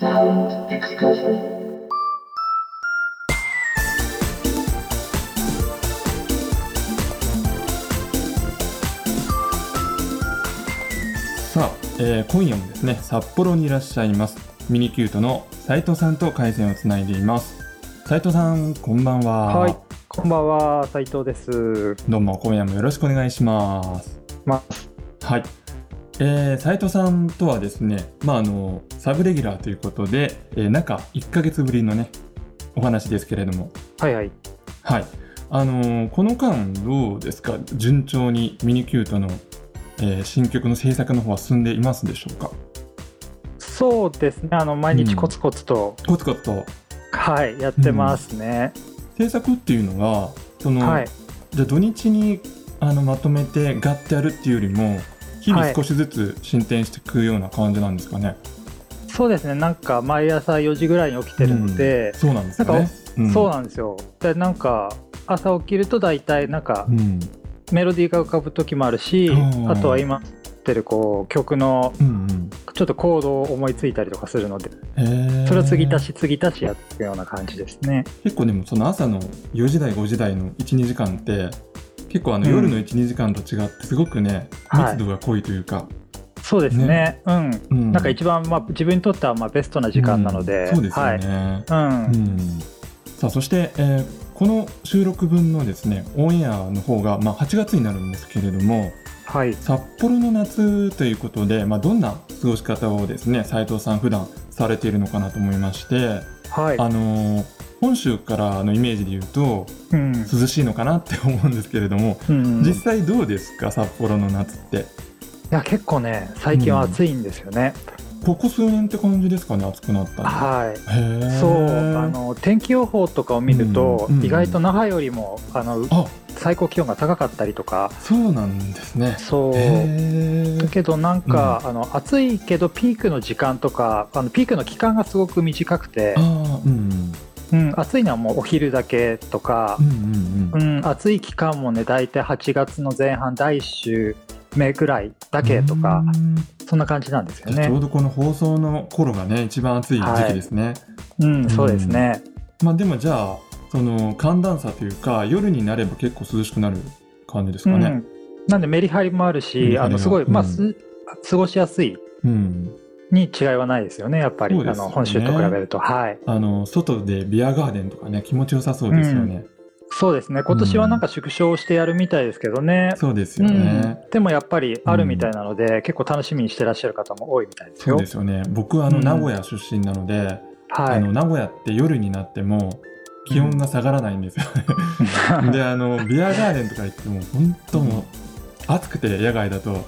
Sound excursion. さあ、今夜もですね、札幌にいらっしゃいますミニキュートの斉藤さんと回線をつないでいます。斉藤さん、こんばんは。 はい、こんばんは、斉藤です。 どうも今夜もよろしくお願いします。はい、斉藤さんとはですね、サブレギュラーということで、中1ヶ月ぶりのねお話ですけれども、 はいはい。 はい、この間どうですか？順調にミニキュートの、新曲の制作の方は進んでいますでしょうか？ そうですね、毎日コツコツと、 コツコツと、 はい、やってますね。 制作っていうのははい。 じゃあ土日にまとめてガッてやるっていうよりも日々少しずつ進展していくような感じなんですかね？ そうですね、なんか毎朝4時ぐらいに起きてるので、 そうなんですよね。 そうなんですよ。で、なんか朝起きると大体なんかメロディーが浮かぶ時もあるし、あとは今やってるこう曲のちょっとコードを思いついたりとかするので、それを継ぎ足しやっていくような感じですね。 結構でもその朝の4時台5時台の 1,2 時間って結構夜の 1,2 時間と違ってすごくね、密度が濃いというか、 そうですね、なんか一番、自分にとってはベストな時間なので、 そうですよね。さあそして、この収録分のですねオンエアの方が、8月になるんですけれども、 はい、 札幌の夏ということで、どんな過ごし方をですね斉藤さん普段されているのかなと思いまして、 はい、 本州からのイメージで言うと、涼しいのかなって思うんですけれども、実際どうですか札幌の夏って？ いや結構ね最近は暑いんですよね。 ここ数年って感じですかね、暑くなったの？ はい、そう天気予報とかを見ると、意外と那覇よりも最高気温が高かったりとか。 そうなんですね。 そうだけどなんか、暑いけどピークの時間とかピークの期間がすごく短くて、暑いのはもうお昼だけとか、暑い期間もねだいたい8月の前半第1週目ぐらいだけとか、そんな感じなんですよね。 ちょうどこの放送の頃がね一番暑い時期ですね。 そうですね。 でもじゃあその寒暖差というか夜になれば結構涼しくなる感じですかね。 なんでメリハリもあるし、すごい、過ごしやすいに違いはないですよね、やっぱり、本州と比べると。はい、 外でビアガーデンとかね気持ちよさそうですよね。 そうですね、今年はなんか縮小してやるみたいですけどね。 そうですよね。 でもやっぱりあるみたいなので、結構楽しみにしてらっしゃる方も多いみたいですよ。 そうですよね。僕は名古屋出身なので、名古屋って夜になっても気温が下がらないんですよね。でビアガーデンとか行っても本当もう暑くて野外だと、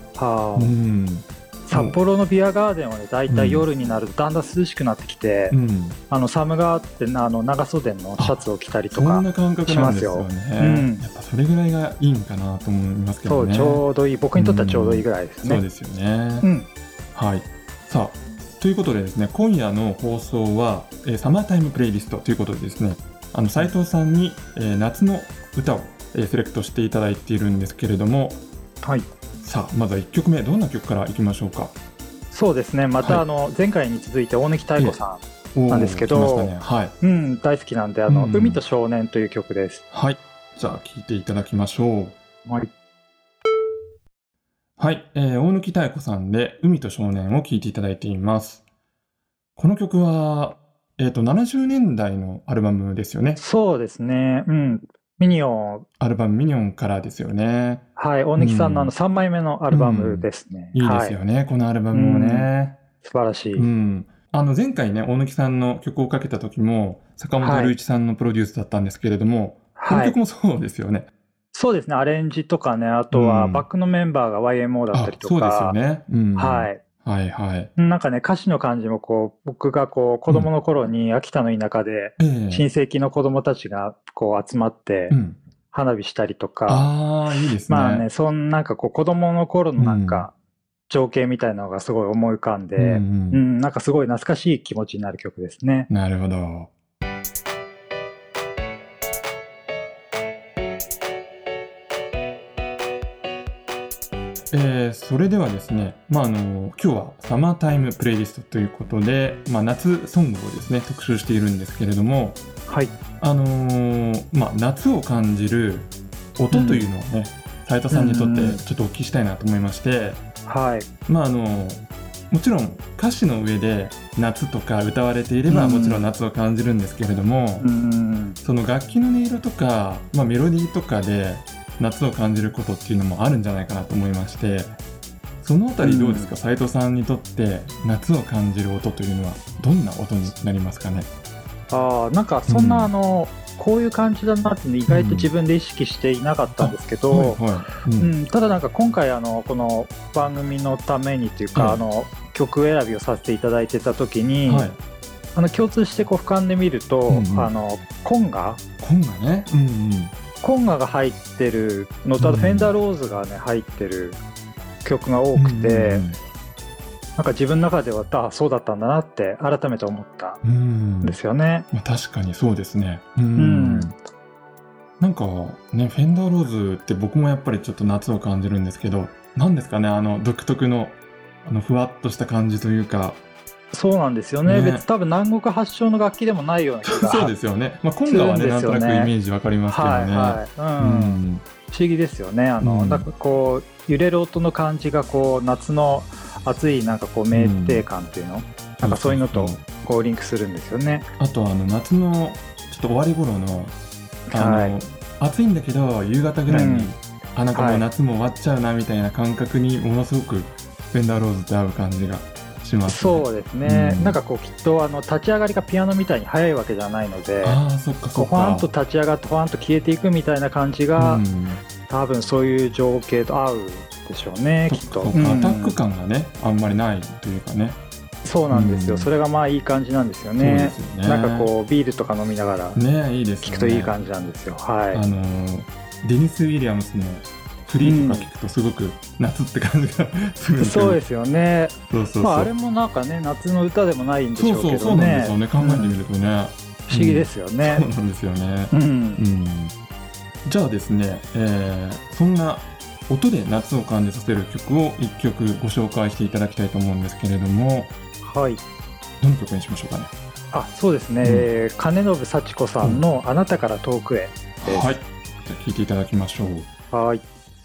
札幌のビアガーデンはねだいたい夜になるとだんだん涼しくなってきて、寒があって長袖のシャツを着たりとかしますよ。 そんな感覚なんですよね。やっぱそれぐらいがいいんかなと思いますけどね。 そうちょうどいい、僕にとってはちょうどいいぐらいですね。 そうですよね。はい。さあということでですね、今夜の放送は、サマータイムプレイリストということでですね、斉藤さんに、夏の歌を、セレクトしていただいているんですけれども、 はい。 さあまずは1曲目どんな曲からいきましょうか？ そうですね、また前回に続いて大貫妙子さんなんですけど、大好きなんで海と少年という曲です。 はい、じゃあ聴いていただきましょう。 はい、 はい、大貫妙子さんで海と少年を聴いていただいています。この曲は、70年代のアルバムですよね。 そうですね、ミニオン、 アルバムミニオンからですよね。 はい、大貫さんの3枚目のアルバムですね。 いいですよね、このアルバムもね。 素晴らしい。 前回ね大貫さんの曲をかけた時も坂本龍一さんのプロデュースだったんですけれども、この曲もそうですよね。 そうですね、アレンジとかね、あとはバックのメンバーが YMO だったりとか。 そうですよね。 はいはい。なんかね歌詞の感じもこう僕がこう子供の頃に秋田の田舎で親戚の子供たちがこう集まって花火したりとか、 いいですね。 なんかこう子供の頃のなんか情景みたいなのがすごい思い浮かんで、なんかすごい懐かしい気持ちになる曲ですね。 なるほど。 それではですね、今日はサマータイムプレイリストということで、夏ソングをですね特集しているんですけれども、 はい、 夏を感じる音というのをね、斉藤さんにとってちょっとお聞きしたいなと思いまして、 はい、 もちろん歌詞の上で夏とか歌われていればもちろん夏を感じるんですけれども、その楽器の音色とか、メロディーとかで夏を感じることっていうのもあるんじゃないかなと思いまして、そのあたりどうですか、斉藤さんにとって夏を感じる音というのはどんな音になりますかね。 なんかそんなこういう感じだなって意外と自分で意識していなかったんですけど、ただなんか今回この番組のためにというか、曲選びをさせていただいてた時に、共通してこう俯瞰で見ると、コンガね、 コンガが入ってるのと、あとフェンダーローズがね入ってる曲が多くて、なんか自分の中ではそうだったんだなって改めて思ったんですよね。 確かにそうですね。なんかね、フェンダーローズって僕もやっぱりちょっと夏を感じるんですけど、なんですかね、独特のふわっとした感じというか。 そうなんですよね。別に多分南国発祥の楽器でもないような気がそうですよね。コンガはねなんとなくイメージわかりますけどね。不思議ですよね。なんかこう揺れる音の感じがこう夏の暑いなんかこう酩酊感っていうの、なんかそういうのとこうリンクするんですよね。 あと夏のちょっと終わり頃の暑いんだけど夕方ぐらいに、なんかもう夏も終わっちゃうなみたいな感覚にものすごくフェンダーローズって合う感じがしますね。 そうですね、なんかこうきっと立ち上がりがピアノみたいに速いわけじゃないので、ほわんと立ち上がってほわんと消えていくみたいな感じが、多分そういう情景と合うでしょうね、きっと。アタック感がねあんまりないというかね。 そうなんですよ、それがいい感じなんですよね。なんかこうビールとか飲みながら聴くといい感じなんですよ。 デニス・ウィリアムスのフリーとか聞くとすごく夏って感じがするんですよ。 そうですよね。あれもなんかね夏の歌でもないんでしょうけどね。 そうなんですよね、考えてみるとね、 不思議ですよね。 そうなんですよね。じゃあですね、そんな音で夏を感じさせる曲を1曲ご紹介していただきたいと思うんですけれども、 はい、 どの曲にしましょうかね。 そうですね、金信幸子さんのあなたから遠くへです。 はい、じゃあ聴いていただきましょう。 はい、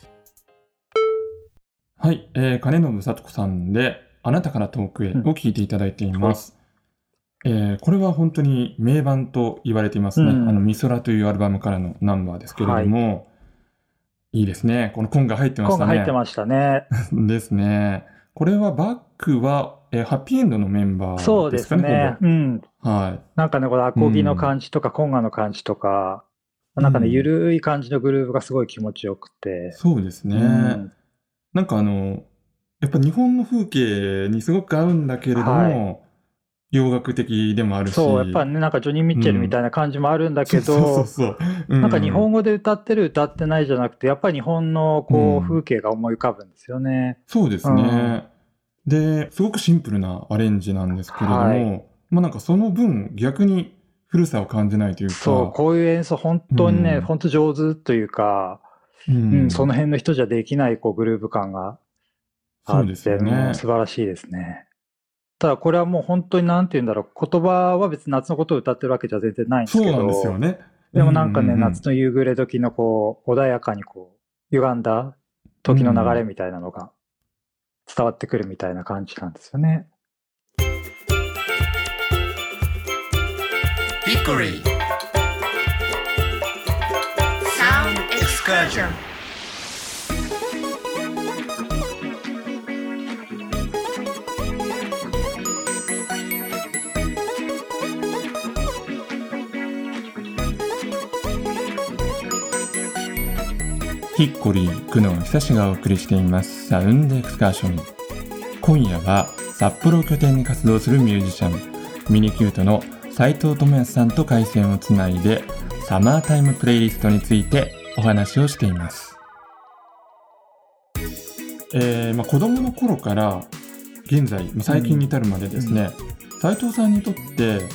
金信幸子さんであなたから遠くへを聴いていただいています。これは本当に名盤と言われていますね。美空というアルバムからのナンバーですけれども、いいですね。このコンが入ってましたね。 コンが入ってましたね。 ですね。これはバックは、ハッピーエンドのメンバーですかね。 そうですね。なんかね、このアコギの感じとか、コンガの感じとか、なんかね、ゆるい感じのグルーヴがすごい気持ちよくて。 そうですね。なんかやっぱ日本の風景にすごく合うんだけれども、洋楽的でもあるし、 そうやっぱりね、なんかジョニー・ミッチェルみたいな感じもあるんだけど、なんか日本語で歌ってる歌ってないじゃなくて、やっぱり日本のこう風景が思い浮かぶんですよね。 そうですね。ですごくシンプルなアレンジなんですけれども、なんかその分逆に古さを感じないというか、 そうこういう演奏本当にね、本当上手というか、その辺の人じゃできないこうグルーヴ感があって、素晴らしいですね。ただこれはもう本当になんて言うんだろう、言葉は別に夏のことを歌ってるわけじゃ全然ないんですけど、 そうなんですよね。 でもなんかね、夏の夕暮れ時のこう穏やかにこう歪んだ時の流れみたいなのが伝わってくるみたいな感じなんですよね。 Hickory Sound Excursion。 ヒッコリー久野久志がお送りしていますサウンドエクスカーション。今夜は札幌を拠点に活動するミュージシャンミニキュートの斉藤智康さんと回線をつないでサマータイムプレイリストについてお話をしています。子供の頃から現在最近に至るまでですね、斉藤さんにとって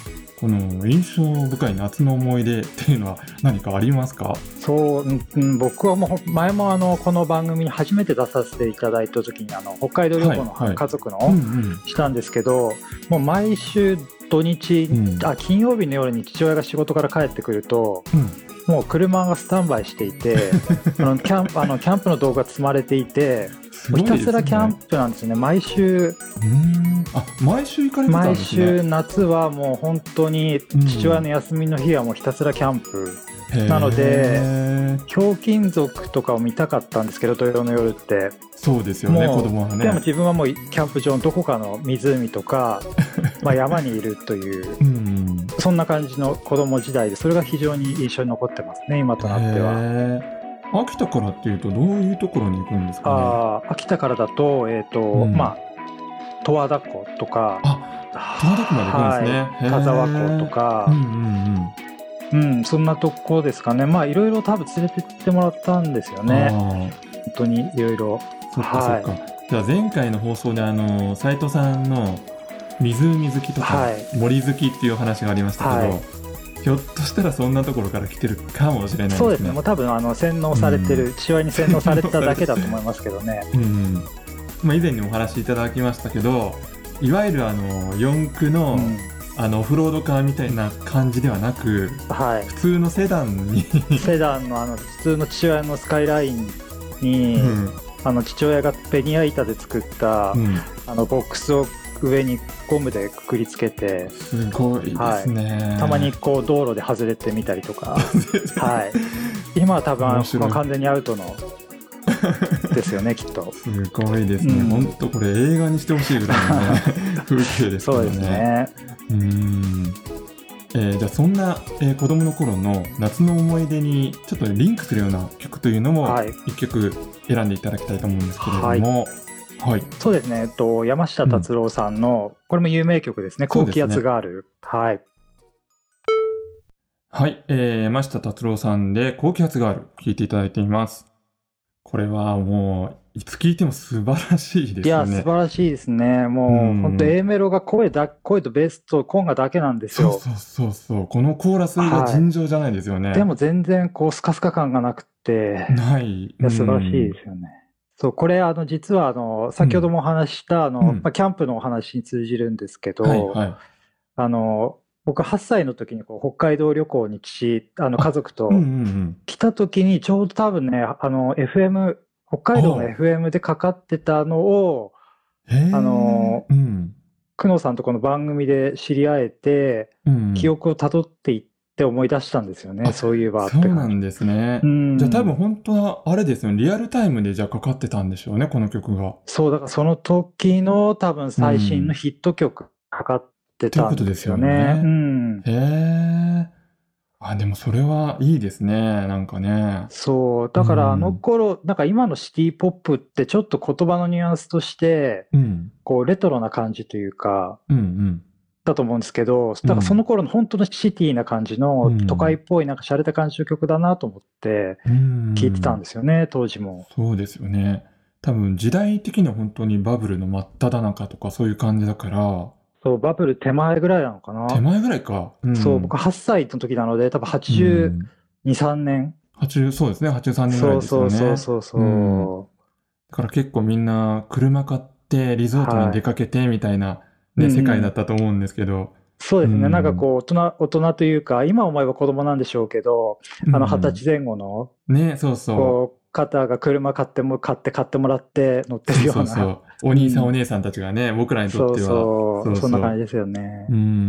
この印象深い夏の思い出っていうのは何かありますか？ そう、僕はもう前もこの番組に初めて出させていただいた時に北海道旅行の家族のしたんですけど、もう毎週土日、金曜日の夜に父親が仕事から帰ってくると、もう車がスタンバイしていてキャンプの動画積まれていて、ひたすらキャンプなんですね。毎週毎週行かれてたんですね。 毎週夏はもう本当に父親の休みの日はもうひたすらキャンプなので、ひょうきん族とかを見たかったんですけど、土曜の夜って。 そうですよね、子供はね。 でも自分はもうキャンプ場のどこかの湖とか山にいるという、そんな感じの子供時代で、それが非常に印象に残ってますね、今となっては。 秋田からっていうとどういうところに行くんですかね？ 秋田からだと、十和田湖とか、 十和田湖まで行くんですね。 田沢湖とか、そんなとこですかね。いろいろ多分連れてってもらったんですよね。本当にいろいろ。 そっかそっか。じゃあ前回の放送で斉藤さんの湖好きとか、森好きっていう話がありましたけど、ひょっとしたらそんなところから来てるかもしれないですね。 そうですね。もう多分洗脳されてる、父親に洗脳されてただけだと思いますけどね。 以前にもお話しいただきましたけど、いわゆる四駆の、オフロードカーみたいな感じではなく、普通のセダンにセダンの普通の父親のスカイラインに、父親がベニヤ板で作った、ボックスを上にゴムでくくりつけて、 すごいですね。 たまに道路で外れてみたりとか今は多分完全にアウトのですよねきっと。 すごいですね。本当これ映画にしてほしいぐらいのね風景ですからね。そうですね。じゃあそんな、子供の頃の夏の思い出にちょっとリンクするような曲というのも一曲選んでいただきたいと思うんですけれども、 そうですね。山下達郎さんの、これも有名曲ですね。高気圧がある。 山下達郎さんで高気圧がある、聴いていただいています。これはもういつ聴いても素晴らしいですね。 いや素晴らしいですね。もう本当 A メロが声とベースとコンガだけなんですよ。 そうこのコーラスが尋常じゃないですよね。 でも全然スカスカ感がなくて、いや素晴らしいですよね。そう、これ実は先ほどもお話ししたキャンプのお話に通じるんですけど、僕8歳の時に北海道旅行に家族と来た時にちょうど多分ねFM 北海道の FM でかかってたのを久野さんとこの番組で知り合えて、記憶をたどっていって思い出したんですよね。そういえばって感じ。 そうなんですね。じゃあ多分本当はあれですよね。リアルタイムでじゃあかかってたんでしょうね、この曲が。 そうだからその時の多分最新のヒット曲かかってたんですよね。 でもそれはいいですね、なんかね。 そうだから頃なんか今のシティポップってちょっと言葉のニュアンスとして、レトロな感じというか、だと思うんですけど、だからその頃の本当のシティな感じの都会っぽいなんか洒落た感じの曲だなと思って聴いてたんですよね、当時も。 そうですよね。多分時代的には本当にバブルの真っ只中とかそういう感じだから。 そう、バブル手前ぐらいなのかな。 手前ぐらいか。 そう、僕8歳の時なので、多分82、3年。 そうですね、83年ぐらいですよね。そう。だから結構みんな車買ってリゾートに出かけてみたいな、世界だったと思うんですけど。 そうですね、なんか大人というか、今思えば子供なんでしょうけど、20歳前後の、方が車買ってもらって乗ってるような。 お兄さんお姉さんたちがね、僕らにとっては。 そんな感じですよね。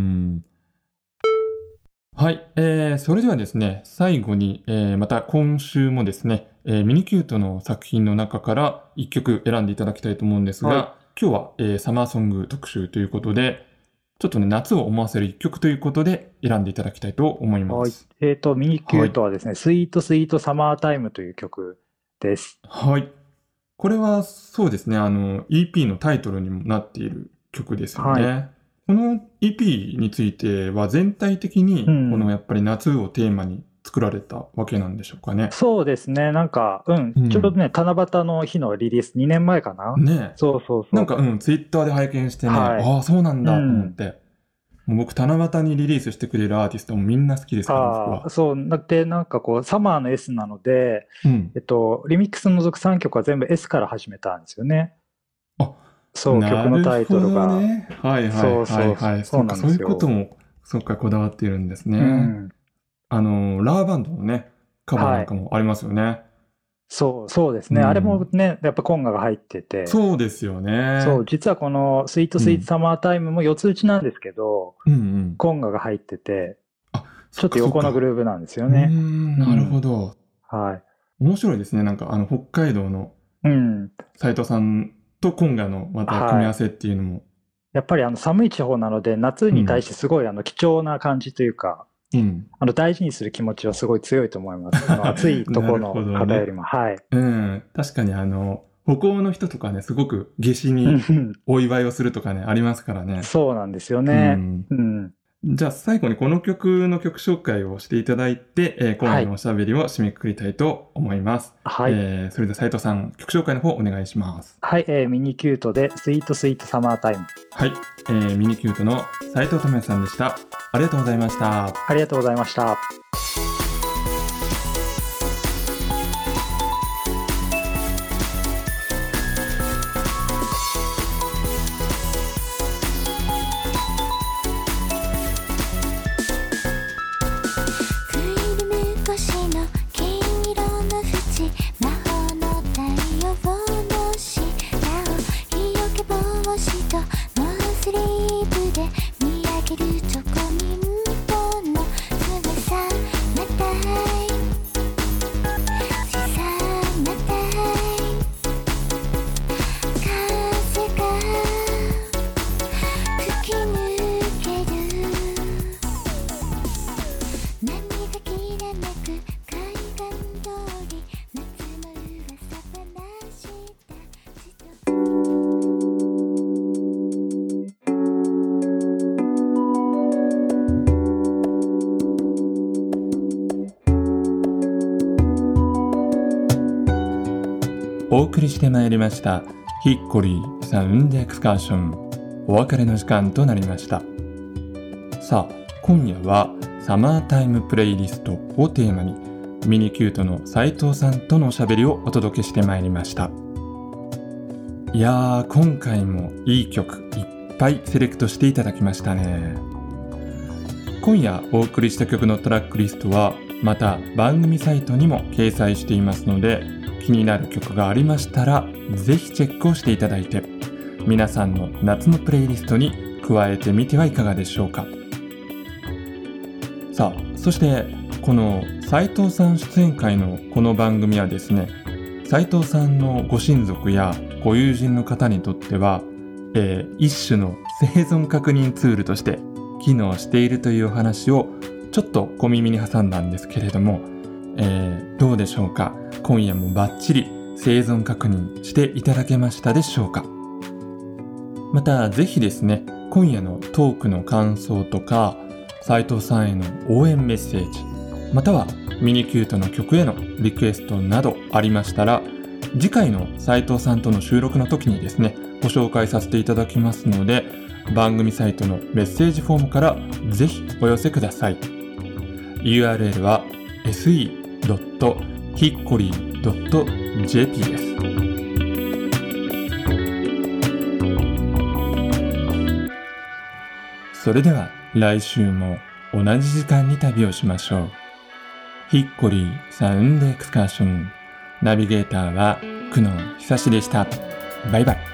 それではですね、最後に、また今週もですね、ミニキュートの作品の中から1曲選んでいただきたいと思うんですが、今日は、サマーソング特集ということで、ちょっとね、夏を思わせる1曲ということで選んでいただきたいと思います。 ミニキュートはですね、スイートスイートサマータイムという曲です。 これはそうですね、EP のタイトルにもなっている曲ですよね。この EP については全体的にこのやっぱり夏をテーマに作られたわけなんでしょうかね。 そうですね、なんか、ちょうどね、七夕の日のリリース2年前かな。 なんかツイッターで拝見してね、そうなんだと思って。 もう僕七夕にリリースしてくれるアーティストもみんな好きですから、僕は。 そうだってなんかこうサマーの S なので、リミックス除く3曲は全部 S から始めたんですよね。そう、曲のタイトルが。 ね、はいはいはいはい。そうなんですよ。そういうことも、そっか、こだわっているんですね。ラーバンドのね、カバーなんかもありますよね。 そうですね。あれもね、やっぱコンガが入ってて。 そうですよね。 そう、実はこのスイートスイートサマータイムも4つ打ちなんですけど、コンガが入ってて、ちょっと横のグルーヴなんですよね。 なるほど。 はい。 面白いですね。なんか北海道の斉藤さんとコンガのまた組み合わせっていうのも。 やっぱり寒い地方なので、夏に対してすごい貴重な感じというか、大事にする気持ちはすごい強いと思います。暑いところの方よりも。はい。 確かに北欧の人とかね、すごく夏至にお祝いをするとかね、ありますからね。 そうなんですよね。 じゃあ最後にこの曲の曲紹介をしていただいて、今夜のおしゃべりを締めくくりたいと思います。はい。それでは斉藤さん、曲紹介の方お願いします。 はい、ミニキュートでスイートスイートサマータイム。 はい、ミニキュートの斉藤智也さんでした。ありがとうございました。 ありがとうございました。 お送りしてまいりましたヒッコリーサウンドエクスカーション、お別れの時間となりました。さあ今夜はサマータイムプレイリストをテーマにミニキュートの斉藤さんとのおしゃべりをお届けしてまいりました。いやー、今回もいい曲いっぱいセレクトしていただきましたね。今夜お送りした曲のトラックリストはまた番組サイトにも掲載していますので、気になる曲がありましたらぜひチェックをしていただいて、皆さんの夏のプレイリストに加えてみてはいかがでしょうか。さあ、そしてこの斉藤さん出演会のこの番組はですね、斉藤さんのご親族やご友人の方にとっては、一種の生存確認ツールとして機能しているというお話をちょっと小耳に挟んだんですけれども、どうでしょうか。今夜もバッチリ生存確認していただけましたでしょうか。またぜひですね、今夜のトークの感想とか斉藤さんへの応援メッセージ、またはミニキュートの曲へのリクエストなどありましたら、次回の斉藤さんとの収録の時にですねご紹介させていただきますので、番組サイトのメッセージフォームからぜひお寄せください。 URL は se.hickory.jp です。それでは来週も同じ時間に旅をしましょう。ヒッコリーサウンドエクスカーション、ナビゲーターは久野久志でした。バイバイ。